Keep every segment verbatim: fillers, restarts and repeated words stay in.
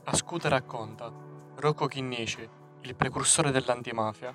Ascuta racconta Rocco Chinnici, il precursore dell'antimafia.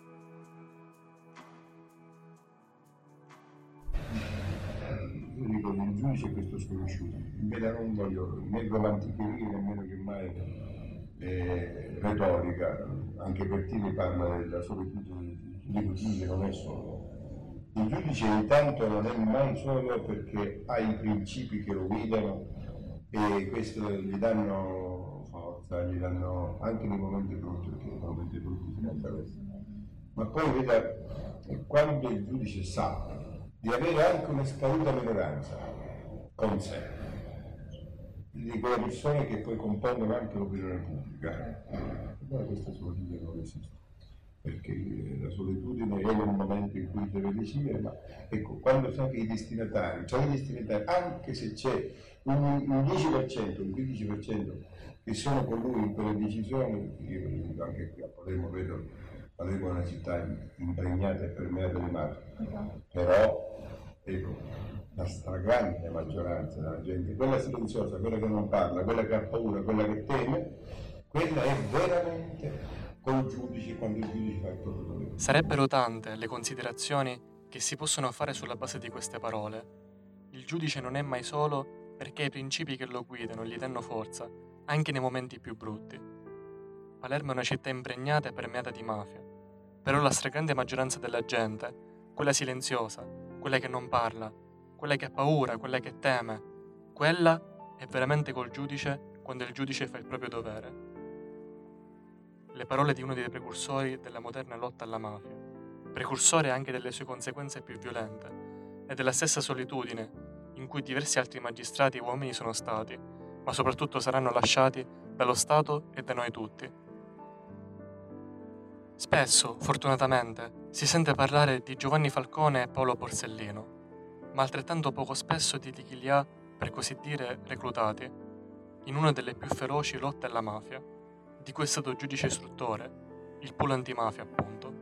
Io dico del giudice questo sconosciuto, invece non voglio né romanticheria nemmeno che mai eh, retorica, anche Pertini parla della solitudine, il giudice non è solo. Il giudice intanto non è mai solo perché ha i principi che lo guidano e questo gli danno forza, gli danno anche nei momenti brutti, perché nei momenti brutti si attraversa. Ma poi veda, quando il giudice sa di avere anche una scaduta minoranza con sé, di quelle persone che poi compongono anche l'opinione pubblica, allora questa solitudine non esiste, perché la solitudine è nel momento in cui deve decidere, ma ecco, quando sa che i destinatari, cioè i destinatari, anche se c'è un, un dieci per cento, un quindici per cento che sono con lui in quelle decisioni, io anche qui a Palermo vedo, Palermo è una città impregnata e permeata di mafia, però ecco, la stragrande maggioranza della gente, quella silenziosa, quella che non parla, quella che ha paura, quella che teme, quella è veramente col giudice quando il giudice fa il proprio dovere. Sarebbero tante le considerazioni che si possono fare sulla base di queste parole. Il giudice non è mai solo perché ha i principi che lo guidano gli danno forza, anche nei momenti più brutti. Palermo è una città impregnata e permeata di mafia, però la stragrande maggioranza della gente, quella silenziosa, quella che non parla, quella che ha paura, quella che teme, quella è veramente col giudice quando il giudice fa il proprio dovere. Le parole di uno dei precursori della moderna lotta alla mafia, precursore anche delle sue conseguenze più violente e della stessa solitudine in cui diversi altri magistrati e uomini sono stati, ma soprattutto saranno lasciati dallo Stato e da noi tutti. Spesso, fortunatamente, si sente parlare di Giovanni Falcone e Paolo Borsellino, ma altrettanto poco spesso di chi li ha, per così dire, reclutati, in una delle più feroci lotte alla mafia, di cui è stato giudice istruttore, il pool antimafia appunto.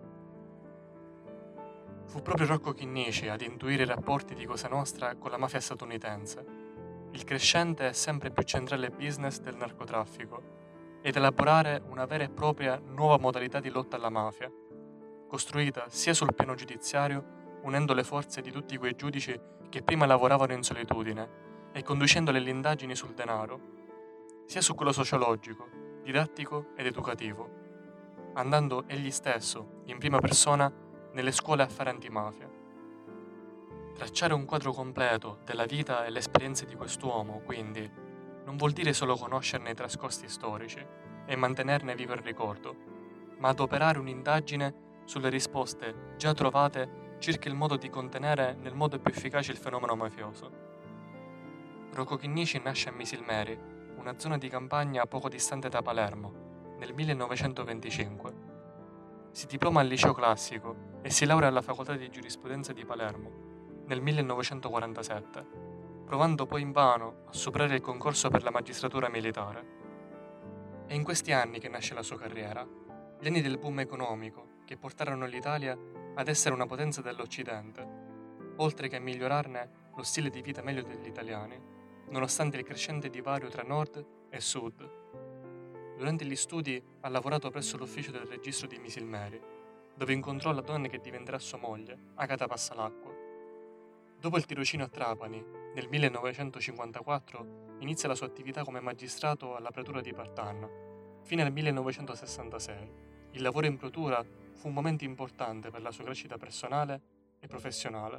Fu proprio Rocco Chinnici ad intuire i rapporti di Cosa Nostra con la mafia statunitense, il crescente e sempre più centrale business del narcotraffico, ed elaborare una vera e propria nuova modalità di lotta alla mafia, costruita sia sul piano giudiziario, unendo le forze di tutti quei giudici che prima lavoravano in solitudine e conducendo le indagini sul denaro, sia su quello sociologico, didattico ed educativo, andando egli stesso, in prima persona, nelle scuole a fare antimafia. Tracciare un quadro completo della vita e le esperienze di quest'uomo, quindi, non vuol dire solo conoscerne i trascorsi storici e mantenerne vivo il ricordo, ma adoperare un'indagine sulle risposte già trovate circa il modo di contenere nel modo più efficace il fenomeno mafioso. Rocco Chinnici nasce a Misilmeri, una zona di campagna poco distante da Palermo, nel millenovecentoventicinque. Si diploma al liceo classico e si laurea alla facoltà di giurisprudenza di Palermo nel millenovecentoquarantasette, provando poi invano a superare il concorso per la magistratura militare. È in questi anni che nasce la sua carriera, gli anni del boom economico che portarono l'Italia ad essere una potenza dell'Occidente, oltre che a migliorarne lo stile di vita meglio degli italiani, nonostante il crescente divario tra nord e sud. Durante gli studi ha lavorato presso l'ufficio del registro di Misilmeri, dove incontrò la donna che diventerà sua moglie, Agata Passalacqua. Dopo il tirocinio a Trapani, nel millenovecentocinquantaquattro inizia la sua attività come magistrato alla pretura di Partanna, fino al millenovecentosessantasei. Il lavoro in pretura fu un momento importante per la sua crescita personale e professionale.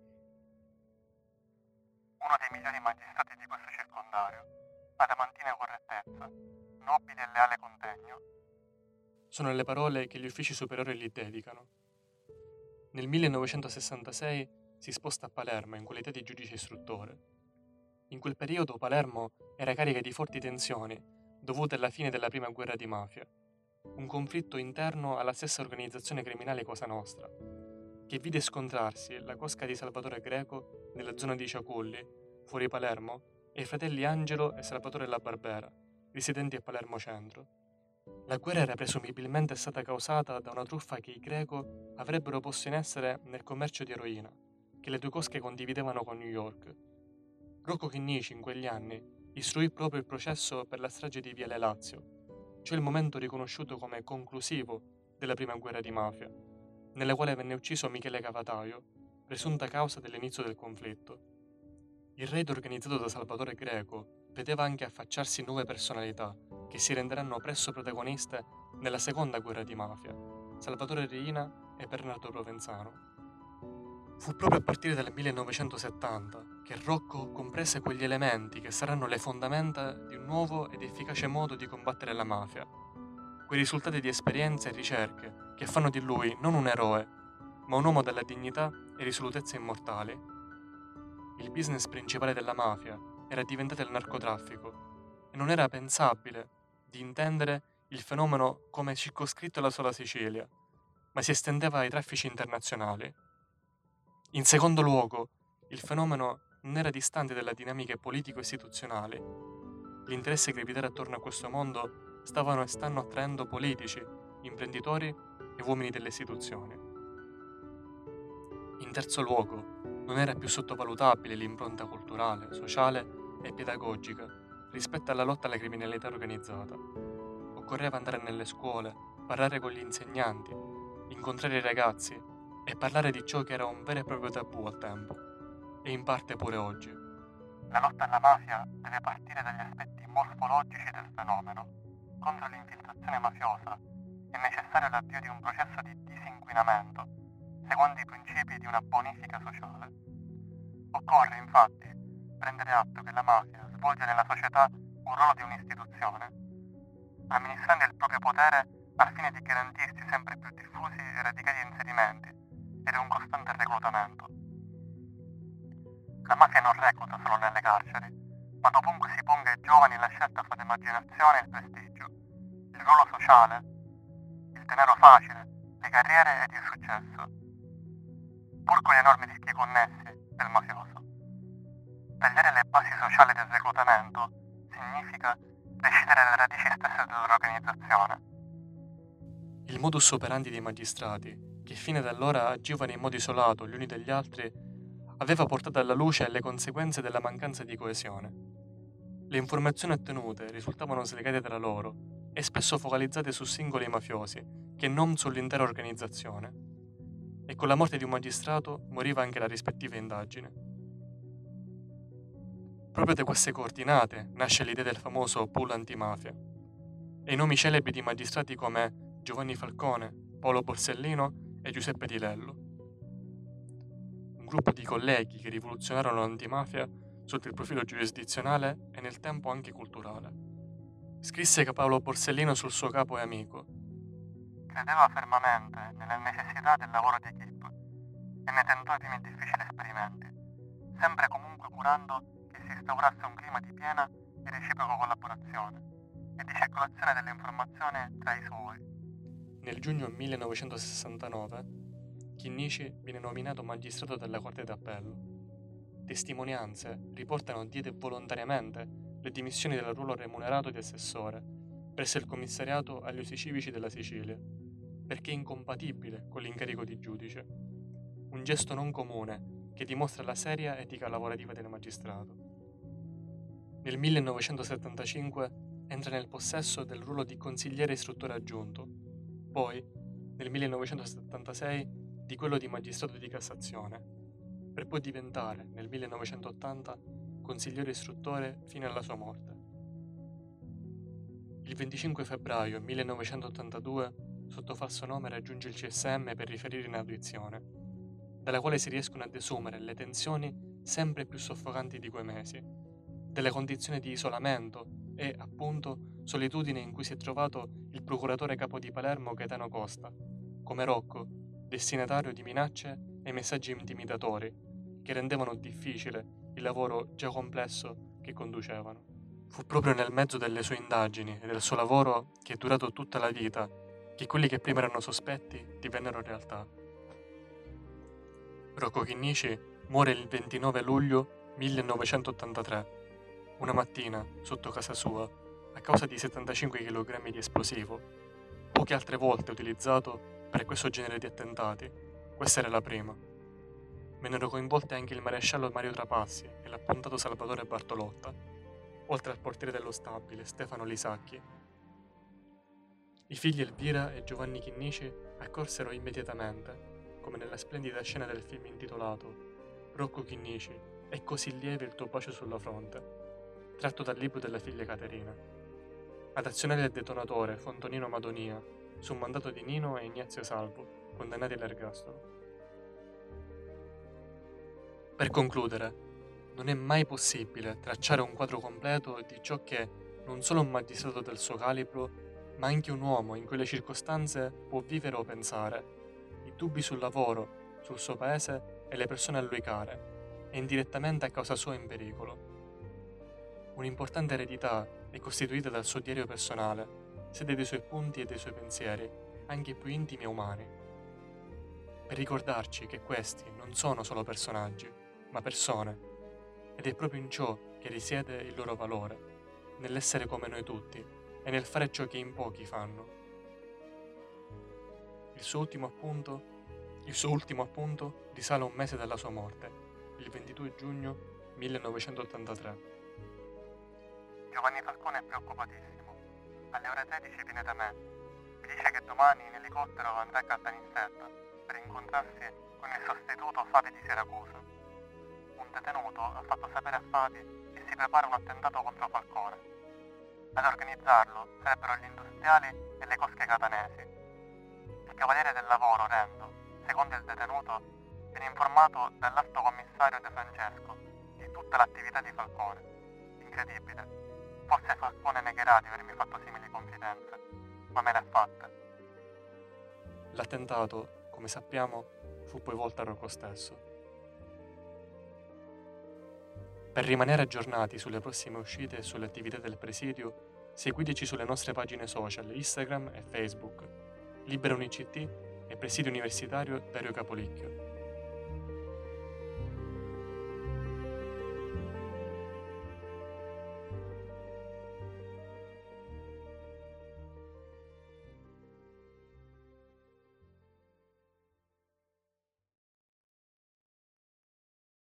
Uno dei migliori magistrati di questo circondario, adamantina correttezza, nobile e leale contegno, sono le parole che gli uffici superiori gli dedicano. Nel millenovecentosessantasei si sposta a Palermo in qualità di giudice istruttore. In quel periodo Palermo era carica di forti tensioni dovute alla fine della prima guerra di mafia, un conflitto interno alla stessa organizzazione criminale Cosa Nostra, che vide scontrarsi la cosca di Salvatore Greco nella zona di Ciaculli, fuori Palermo, e i fratelli Angelo e Salvatore La Barbera, residenti a Palermo Centro. La guerra era presumibilmente stata causata da una truffa che i Greco avrebbero posto in essere nel commercio di eroina, che le due cosche condividevano con New York. Rocco Chinnici in quegli anni istruì proprio il processo per la strage di Viale Lazio, cioè il momento riconosciuto come conclusivo della prima guerra di mafia, nella quale venne ucciso Michele Cavataio, presunta causa dell'inizio del conflitto. Il raid organizzato da Salvatore Greco vedeva anche affacciarsi nuove personalità che si renderanno presto protagoniste nella seconda guerra di mafia, Salvatore Riina e Bernardo Provenzano. Fu proprio a partire dal millenovecentosettanta che Rocco comprese quegli elementi che saranno le fondamenta di un nuovo ed efficace modo di combattere la mafia, quei risultati di esperienze e ricerche che fanno di lui non un eroe, ma un uomo dalla dignità e risolutezza immortali. Il business principale della mafia era diventato il narcotraffico e non era pensabile di intendere il fenomeno come circoscritto alla sola Sicilia, ma si estendeva ai traffici internazionali. In secondo luogo, il fenomeno non era distante dalle dinamiche politico-istituzionali. Gli interessi che gravitavano attorno a questo mondo stavano e stanno attraendo politici, imprenditori e uomini delle istituzioni. In terzo luogo, non era più sottovalutabile l'impronta culturale, sociale e pedagogica rispetto alla lotta alla criminalità organizzata. Occorreva andare nelle scuole, parlare con gli insegnanti, incontrare i ragazzi e parlare di ciò che era un vero e proprio tabù al tempo, e in parte pure oggi. La lotta alla mafia deve partire dagli aspetti morfologici del fenomeno. Contro l'infiltrazione mafiosa è necessario l'avvio di un processo di disinquinamento, secondo i principi di una bonifica sociale. Occorre, infatti, prendere atto che la mafia svolge nella società un ruolo di un'istituzione, amministrando il proprio potere al fine di garantirsi sempre più diffusi e radicali inserimenti ed un costante reclutamento. La mafia non recluta solo nelle carceri, ma dovunque si ponga ai giovani la scelta fra l'emarginazione e il prestigio, il ruolo sociale, il denaro facile, le carriere ed il successo, pur con gli enormi rischi connessi del mafioso. Tagliare le basi sociali del reclutamento significa decidere le radici stesse dell'organizzazione. Il modus operandi dei magistrati, che fino ad allora agivano in modo isolato gli uni dagli altri, aveva portato alla luce le conseguenze della mancanza di coesione. Le informazioni ottenute risultavano slegate tra loro e spesso focalizzate su singoli mafiosi, che non sull'intera organizzazione. E con la morte di un magistrato moriva anche la rispettiva indagine. Proprio da queste coordinate nasce l'idea del famoso pool antimafia, e i nomi celebri di magistrati come Giovanni Falcone, Paolo Borsellino e Giuseppe Di Lello. Un gruppo di colleghi che rivoluzionarono l'antimafia sotto il profilo giurisdizionale e nel tempo anche culturale. Scrisse che Paolo Borsellino sul suo capo e amico: credeva fermamente nella necessità del lavoro di equipe e ne tentò i primi difficili esperimenti, sempre comunque curando che si instaurasse un clima di piena e reciproca collaborazione e di circolazione delle informazioni tra i suoi. Nel giugno millenovecentosessantanove, Chinnici viene nominato magistrato della Corte d'Appello. Testimonianze riportano diede volontariamente le dimissioni dal ruolo remunerato di assessore presso il commissariato agli usi civici della Sicilia, perché incompatibile con l'incarico di giudice. Un gesto non comune che dimostra la seria etica lavorativa del magistrato. Nel millenovecentosettantacinque entra nel possesso del ruolo di consigliere istruttore aggiunto, poi, nel millenovecentosettantasei, di quello di magistrato di Cassazione, per poi diventare, nel millenovecentottanta, consigliere istruttore fino alla sua morte. Il venticinque febbraio millenovecentottantadue, sotto falso nome, raggiunge il C S M per riferire in audizione, dalla quale si riescono a desumere le tensioni sempre più soffocanti di quei mesi, delle condizioni di isolamento e, appunto, solitudine in cui si è trovato il procuratore capo di Palermo Gaetano Costa, come Rocco, destinatario di minacce e messaggi intimidatori che rendevano difficile il lavoro già complesso che conducevano. Fu proprio nel mezzo delle sue indagini e del suo lavoro, che è durato tutta la vita, che quelli che prima erano sospetti divennero realtà. Rocco Chinnici muore il ventinove luglio millenovecentottantatré, una mattina, sotto casa sua, a causa di settantacinque chilogrammi di esplosivo, poche altre volte utilizzato per questo genere di attentati. Questa era la prima. Vennero coinvolte anche il maresciallo Mario Trapassi e l'appuntato Salvatore Bartolotta. oltre al portiere dello stabile, Stefano Lisacchi. I figli Elvira e Giovanni Chinnici accorsero immediatamente, come nella splendida scena del film intitolato Rocco Chinnici, è così lieve il tuo bacio sulla fronte, tratto dal libro della figlia Caterina. Ad azionare il detonatore fu Antonino Madonia, su mandato di Nino e Ignazio Salvo, condannati all'ergastolo. Per concludere, non è mai possibile tracciare un quadro completo di ciò che non solo un magistrato del suo calibro, ma anche un uomo in quelle circostanze può vivere o pensare, i dubbi sul lavoro, sul suo paese e le persone a lui care, e indirettamente a causa sua in pericolo. Un'importante eredità è costituita dal suo diario personale, sede dei suoi punti e dei suoi pensieri, anche più intimi e umani. Per ricordarci che questi non sono solo personaggi, ma persone, ed è proprio in ciò che risiede il loro valore, nell'essere come noi tutti e nel fare ciò che in pochi fanno. Il suo ultimo appunto, il suo ultimo appunto risale a un mese dalla sua morte, il ventidue giugno millenovecentottantatré. Giovanni Falcone è preoccupatissimo. Alle ore tredici viene da me. Mi dice che domani in elicottero andrà a Caltanissetta per incontrarsi con il sostituto Fati di Siracusa. Un detenuto ha fatto sapere a Fati che si prepara un attentato contro Falcone. Ad organizzarlo sarebbero gli industriali e le cosche catanesi. Il cavaliere del lavoro, Rendo, secondo il detenuto, viene informato dall'alto commissario De Francesco di tutta l'attività di Falcone. Incredibile. Forse Falcone negherà di avermi fatto simili confidenze, ma me le ha fatte. L'attentato, come sappiamo, fu poi volto a Rocco stesso. Per rimanere aggiornati sulle prossime uscite e sulle attività del presidio, seguiteci sulle nostre pagine social Instagram e Facebook, Libera Unicit e Presidio Universitario Dario Capolicchio.